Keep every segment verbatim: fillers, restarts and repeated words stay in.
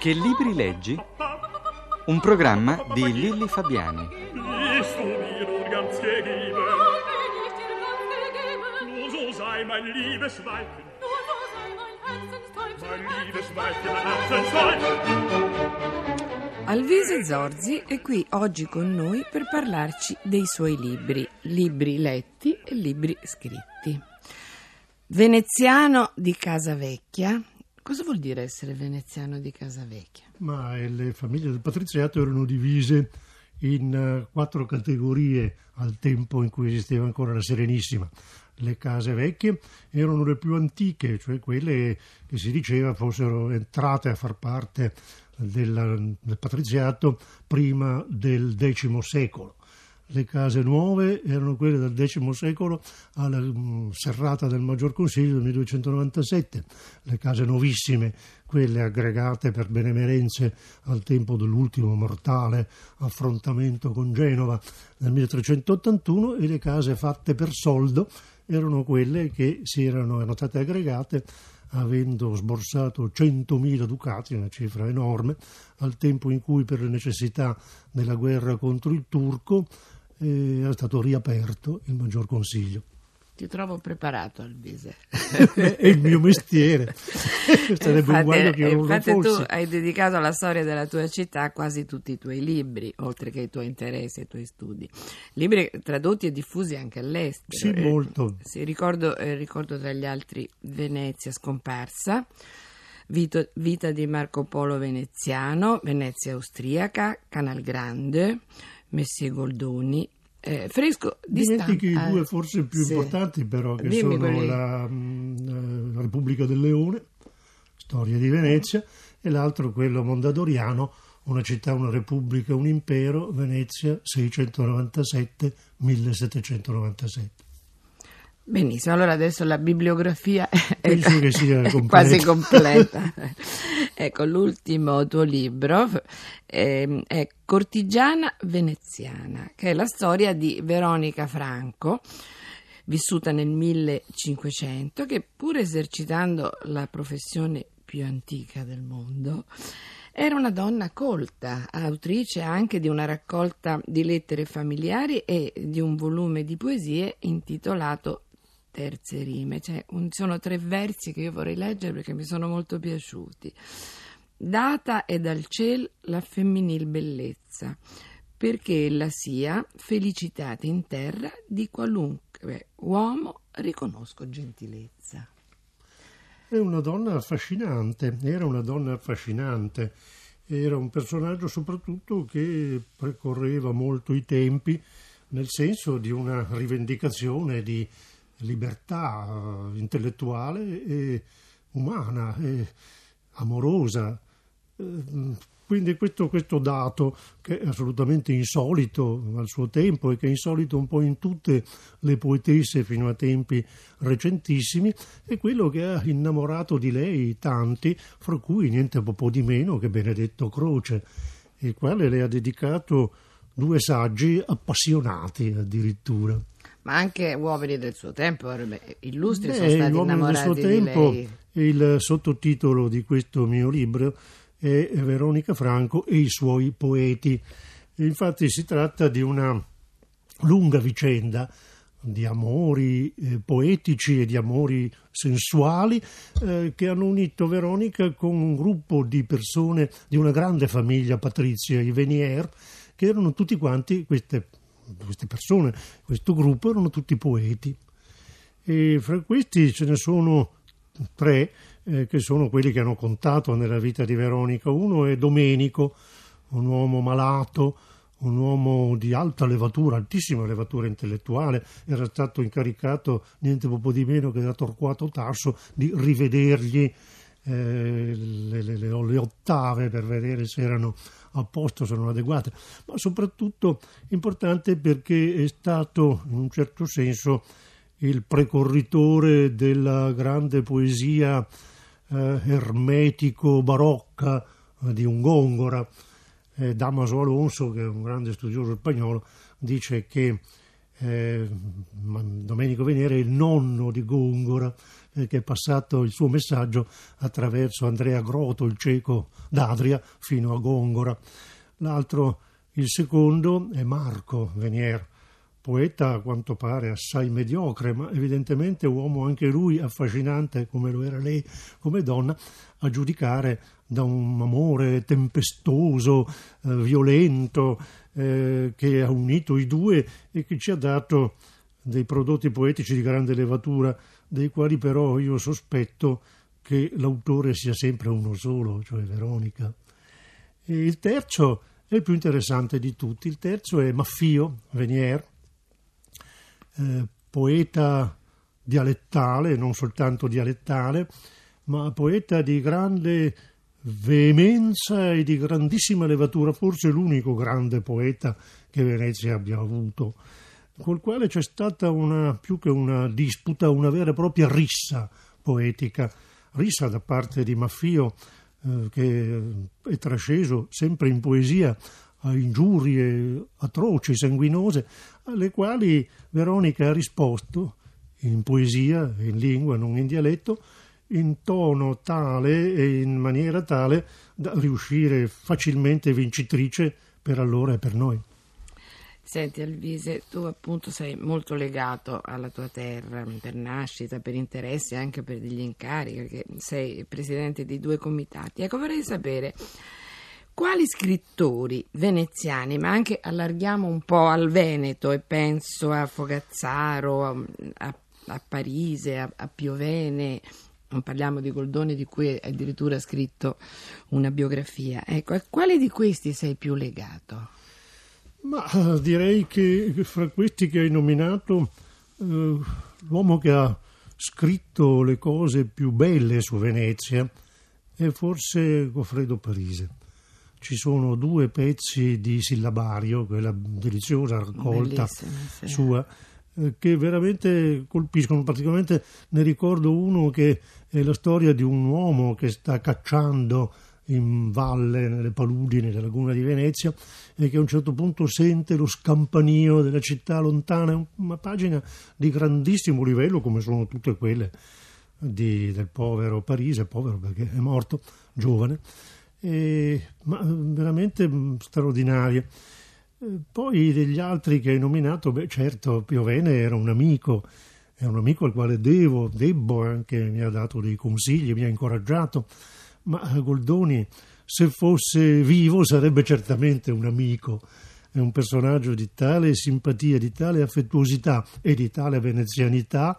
Che libri leggi? Un programma di Lilli Fabiani. Alvise Zorzi è qui oggi con noi per parlarci dei suoi libri, libri letti e libri scritti. Veneziano di Casa Vecchia. Cosa vuol dire essere veneziano di Casa Vecchia? Ma le famiglie del patriziato erano divise in quattro categorie al tempo in cui esisteva ancora la Serenissima. Le case vecchie erano le più antiche, cioè quelle che si diceva fossero entrate a far parte del, del patriziato prima del X secolo. Le case nuove erano quelle del X secolo alla um, serrata del Maggior Consiglio del milleduecentonovantasette, le case nuovissime, quelle aggregate per benemerenze al tempo dell'ultimo mortale affrontamento con Genova nel milletrecentottantuno, e le case fatte per soldo erano quelle che si erano, erano state aggregate avendo sborsato centomila ducati, una cifra enorme, al tempo in cui per le necessità della guerra contro il turco eh, era stato riaperto il Maggior Consiglio. Ti trovo preparato, Alvise. È il mio mestiere. Sarebbe infatti, un guaio che non infatti lo fossi. Tu hai dedicato alla storia della tua città quasi tutti i tuoi libri, oltre che ai tuoi interessi e ai tuoi studi. Libri tradotti e diffusi anche all'estero. Sì, molto. Eh, sì, ricordo, eh, ricordo tra gli altri Venezia scomparsa, Vito, Vita di Marco Polo veneziano, Venezia austriaca, Canal Grande, Messie Goldoni. Eh, fresco di Dimentichi stampa. i due forse più Sì. importanti, però, che Dimmi sono quelli. la, la Repubblica del Leone, storia di Venezia, e l'altro quello mondadoriano, una città, una repubblica, un impero, Venezia seicentonovantasette millesettecentonovantasette. Benissimo, allora adesso la bibliografia è, Penso che sia è completa. quasi completa. Ecco, l'ultimo tuo libro eh, è Cortigiana veneziana, che è la storia di Veronica Franco, vissuta nel millecinquecento, che pur esercitando la professione più antica del mondo, era una donna colta, autrice anche di una raccolta di lettere familiari e di un volume di poesie intitolato Terze rime. Cioè, un, sono tre versi che io vorrei leggere perché mi sono molto piaciuti. Data è dal ciel la femminil bellezza, perché ella sia felicitata in terra di qualunque uomo riconosco gentilezza. È una donna affascinante, era una donna affascinante, era un personaggio soprattutto che precorreva molto i tempi nel senso di una rivendicazione di libertà intellettuale e umana e amorosa. Quindi questo, questo dato, che è assolutamente insolito al suo tempo e che è insolito un po' in tutte le poetesse fino a tempi recentissimi, è quello che ha innamorato di lei tanti, fra cui niente po' di meno che Benedetto Croce, il quale le ha dedicato due saggi appassionati addirittura. Ma anche uomini del suo tempo, illustri, Beh, sono stati gli uomini del innamorati suo di tempo, lei. il sottotitolo di questo mio libro è Veronica Franco e i suoi poeti. Infatti si tratta di una lunga vicenda di amori eh, poetici e di amori sensuali eh, che hanno unito Veronica con un gruppo di persone di una grande famiglia patrizia, i Venier, che erano tutti quanti, queste, queste persone, questo gruppo erano tutti poeti. E fra questi ce ne sono tre eh, che sono quelli che hanno contato nella vita di Veronica. Uno è Domenico, un uomo malato, un uomo di alta levatura, altissima levatura intellettuale, era stato incaricato niente po' di meno che da Torquato Tasso di rivedergli eh, le, le, le ottave per vedere se erano a posto, se erano adeguate, ma soprattutto importante perché è stato in un certo senso il precorritore della grande poesia eh, ermetico-barocca eh, di un Góngora. Eh, Damaso Alonso, che è un grande studioso spagnolo, dice che Eh, Domenico Venier è il nonno di Gongora, eh, che è passato il suo messaggio attraverso Andrea Groto, il cieco d'Adria, fino a Gongora. L'altro, il secondo, è Marco Venier, poeta a quanto pare assai mediocre, ma evidentemente uomo anche lui affascinante come lo era lei come donna, a giudicare da un amore tempestoso, eh, violento, eh, che ha unito i due e che ci ha dato dei prodotti poetici di grande levatura, dei quali però io sospetto che l'autore sia sempre uno solo, cioè Veronica. E il terzo è il più interessante di tutti. Il terzo è Maffio Venier, eh, poeta dialettale, non soltanto dialettale, ma poeta di grande veemenza e di grandissima levatura, forse l'unico grande poeta che Venezia abbia avuto, col quale c'è stata una, più che una disputa, una vera e propria rissa poetica, rissa da parte di Maffio, eh, che è trasceso sempre in poesia a ingiurie atroci, sanguinose, alle quali Veronica ha risposto in poesia, in lingua, non in dialetto, in tono tale e in maniera tale da riuscire facilmente vincitrice per allora e per noi. Senti Alvise, tu appunto sei molto legato alla tua terra per nascita, per interessi, anche per degli incarichi, perché sei presidente di due comitati. Ecco, vorrei sapere quali scrittori veneziani, ma anche allarghiamo un po' al Veneto e penso a Fogazzaro, a, a, a Parise, a, a Piovene, non parliamo di Goldoni di cui addirittura ha scritto una biografia. Ecco, a quali di questi sei più legato? Ma direi che fra questi che hai nominato, eh, l'uomo che ha scritto le cose più belle su Venezia è forse Goffredo Parise. Ci sono due pezzi di sillabario, quella deliziosa raccolta sì. sua, eh, che veramente colpiscono. Praticamente ne ricordo uno che è la storia di un uomo che sta cacciando in valle, nelle paludi, nella laguna di Venezia, e che a un certo punto sente lo scampanio della città lontana. È una pagina di grandissimo livello, come sono tutte quelle di, del povero Parise, povero perché è morto giovane, e, ma veramente straordinaria. Poi degli altri che hai nominato, beh certo Piovene era un amico, è un amico al quale devo, debbo anche, mi ha dato dei consigli, mi ha incoraggiato. Ma Goldoni, se fosse vivo, sarebbe certamente un amico. È un personaggio di tale simpatia, di tale affettuosità e di tale venezianità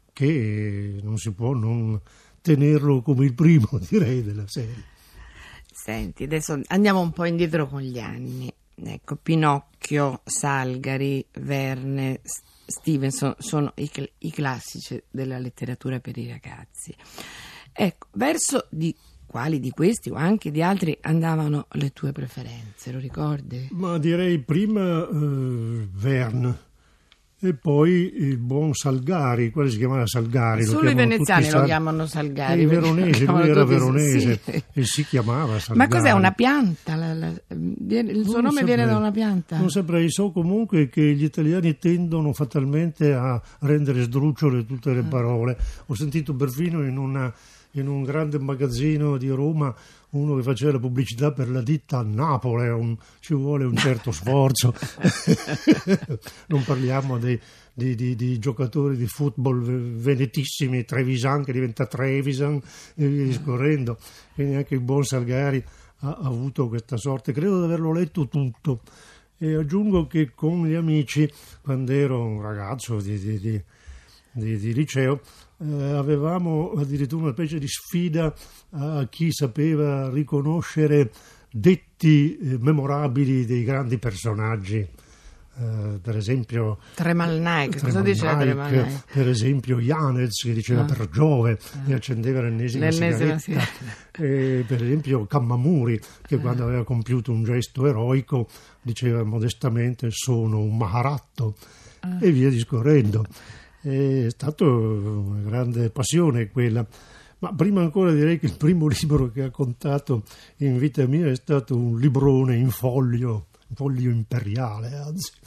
che non si può non tenerlo come il primo, direi, della serie. Senti, adesso andiamo un po' indietro con gli anni. Ecco, Pinocchio, Salgari, Verne, Stevenson sono i, i classici della letteratura per i ragazzi. Ecco, verso di quali di questi o anche di altri andavano le tue preferenze, lo ricordi? Ma direi prima eh, Verne e poi il buon Salgari, quello si chiamava Salgari. Solo i veneziani lo chiamano Salgari. I veronesi, lui era veronese sì. e si chiamava Salgari. Ma cos'è, una pianta? La, la, il suo non nome saprei, viene da una pianta? Non saprei, so comunque che gli italiani tendono fatalmente a rendere sdrucciole tutte le parole. Ho sentito perfino in una in un grande magazzino di Roma uno che faceva la pubblicità per la ditta a Napoli, un, ci vuole un certo sforzo. Non parliamo dei, di, di, di giocatori di football venetissimi, Trevisan che diventa Trevisan e via discorrendo, quindi anche il buon Salgari ha, ha avuto questa sorte, credo di averlo letto tutto. E aggiungo che con gli amici, quando ero un ragazzo di, di, di, di, di liceo, Eh, avevamo addirittura una specie di sfida a chi sapeva riconoscere detti eh, memorabili dei grandi personaggi, eh, per esempio Tremalnai, che cosa diceva Tremalnai? Per esempio Janez che diceva ah. per Giove ah. e accendeva l'ennesima, l'ennesima sigaretta, e per esempio Cammamuri che ah. quando aveva compiuto un gesto eroico diceva modestamente sono un maharatto ah. e via discorrendo. È stata una grande passione quella, ma prima ancora direi che il primo libro che ha contato in vita mia è stato un librone in foglio, in foglio imperiale anzi,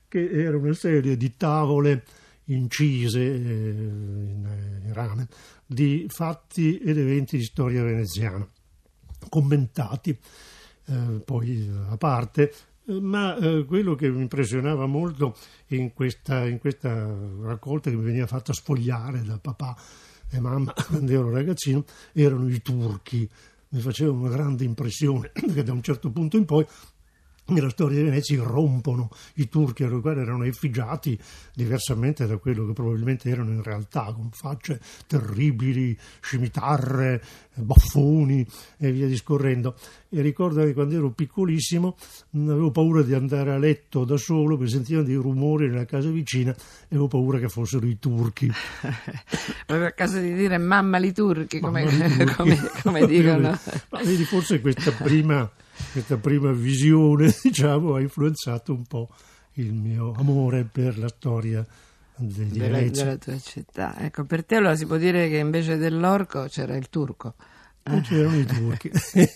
che era una serie di tavole incise eh, in, in rame di fatti ed eventi di storia veneziana, commentati eh, poi a parte, eh, ma eh, quello che mi impressionava molto in questa, in questa raccolta che mi veniva fatta sfogliare da papà e mamma quando ero ragazzino erano i turchi. Mi faceva una grande impressione perché da un certo punto in poi nella storia di Venezia irrompono i turchi, i quali erano effigiati diversamente da quello che probabilmente erano in realtà, con facce terribili, scimitarre, baffoni e via discorrendo. E ricordo che quando ero piccolissimo avevo paura di andare a letto da solo perché sentivo dei rumori nella casa vicina e avevo paura che fossero i turchi. Proprio a caso di dire mamma li turchi, come, Mamma li turchi. come, come dicono. Ma vedi, forse questa prima... Questa prima visione, diciamo, ha influenzato un po' il mio amore per la storia di della, Venezia. della tua città. Ecco, per te allora si può dire che invece dell'orco c'era il turco. Non c'erano i turchi.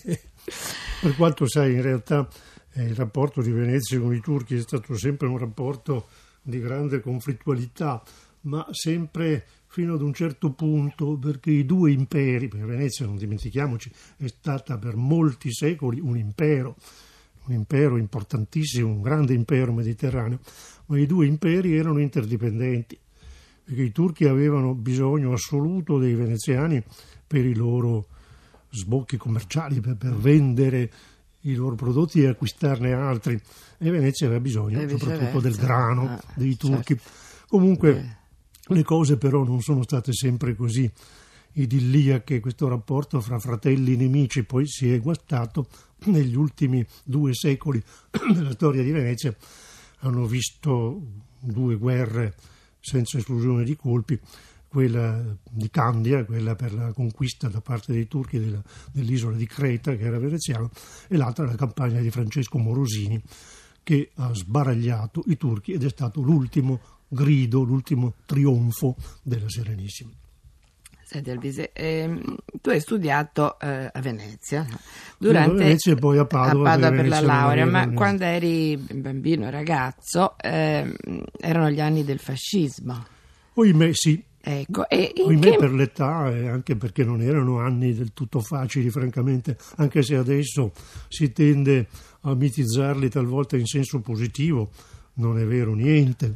Per quanto sai, in realtà eh, il rapporto di Venezia con i turchi è stato sempre un rapporto di grande conflittualità, ma sempre fino ad un certo punto, perché i due imperi, perché Venezia, non dimentichiamoci, è stata per molti secoli un impero, un impero importantissimo, un grande impero mediterraneo, ma i due imperi erano interdipendenti, perché i turchi avevano bisogno assoluto dei veneziani per i loro sbocchi commerciali, per, per vendere i loro prodotti e acquistarne altri, e Venezia aveva bisogno soprattutto del grano ah, dei turchi. Certo. Comunque eh. le cose però non sono state sempre così idilliache. Questo rapporto fra fratelli nemici poi si è guastato. Negli ultimi due secoli della storia di Venezia hanno visto due guerre senza esclusione di colpi, quella di Candia, quella per la conquista da parte dei turchi della, dell'isola di Creta, che era veneziana, e l'altra la campagna di Francesco Morosini, che ha sbaragliato i turchi ed è stato l'ultimo grido, l'ultimo trionfo della Serenissima. Senti Albise, ehm, tu hai studiato eh, a Venezia durante a Venezia e poi a Padova, a Padova per, per la laurea, ma Venezia. Quando eri bambino, ragazzo, ehm, erano gli anni del fascismo. Ohimè sì. Ecco, e in Ohimè che... per l'età e anche perché non erano anni del tutto facili, francamente, anche se adesso si tende a mitizzarli talvolta in senso positivo, non è vero niente.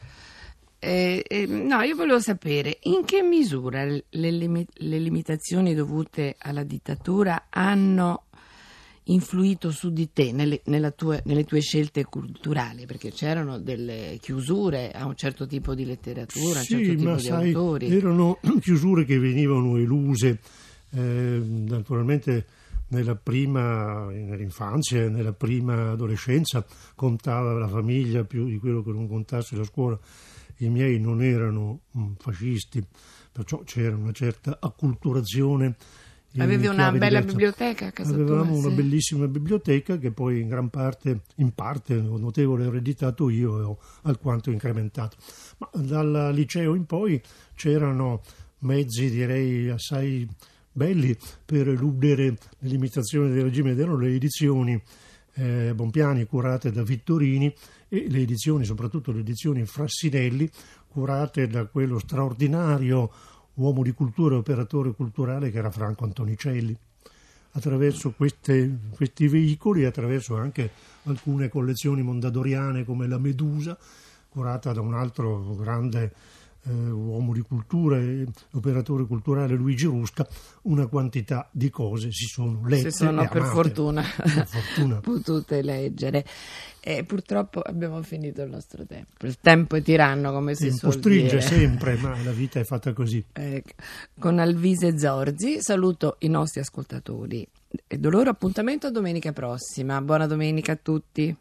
Eh, eh, no, io volevo sapere in che misura le, limi- le limitazioni dovute alla dittatura hanno influito su di te nelle, nella tue, nelle tue scelte culturali, perché c'erano delle chiusure a un certo tipo di letteratura, sì, a un certo tipo ma di sai, autori. Erano chiusure che venivano eluse eh, naturalmente nella prima, nell'infanzia e nella prima adolescenza contava la famiglia più di quello che non contasse la scuola. I miei non erano mh, fascisti, perciò c'era una certa acculturazione. Avevi una bella diversa. biblioteca a casa Avevamo tua? una Sì. bellissima biblioteca che poi in gran parte, in parte, ho notevole ereditato io e ho alquanto incrementato. Ma dal liceo in poi c'erano mezzi, direi, assai belli per eludere le limitazioni del regime. Erano le edizioni eh, Bompiani curate da Vittorini e le edizioni, soprattutto le edizioni Frassinelli, curate da quello straordinario uomo di cultura e operatore culturale che era Franco Antonicelli. Attraverso queste, questi veicoli, attraverso anche alcune collezioni mondadoriane come La Medusa, curata da un altro grande eh, uomo di cultura e operatore culturale, Luigi Rusca, una quantità di cose si sono lette si sono e per amate. fortuna, per fortuna potute leggere. E purtroppo abbiamo finito il nostro tempo. Il tempo è tiranno, come si suol stringe dire. sempre, ma la vita è fatta così. Ecco. Con Alvise Zorzi saluto i nostri ascoltatori e do loro appuntamento a domenica prossima. Buona domenica a tutti.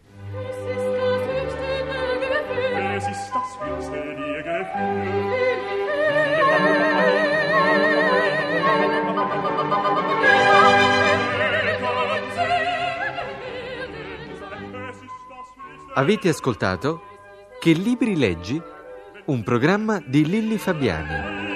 Avete ascoltato Che libri leggi? Un programma di Lilli Fabiani.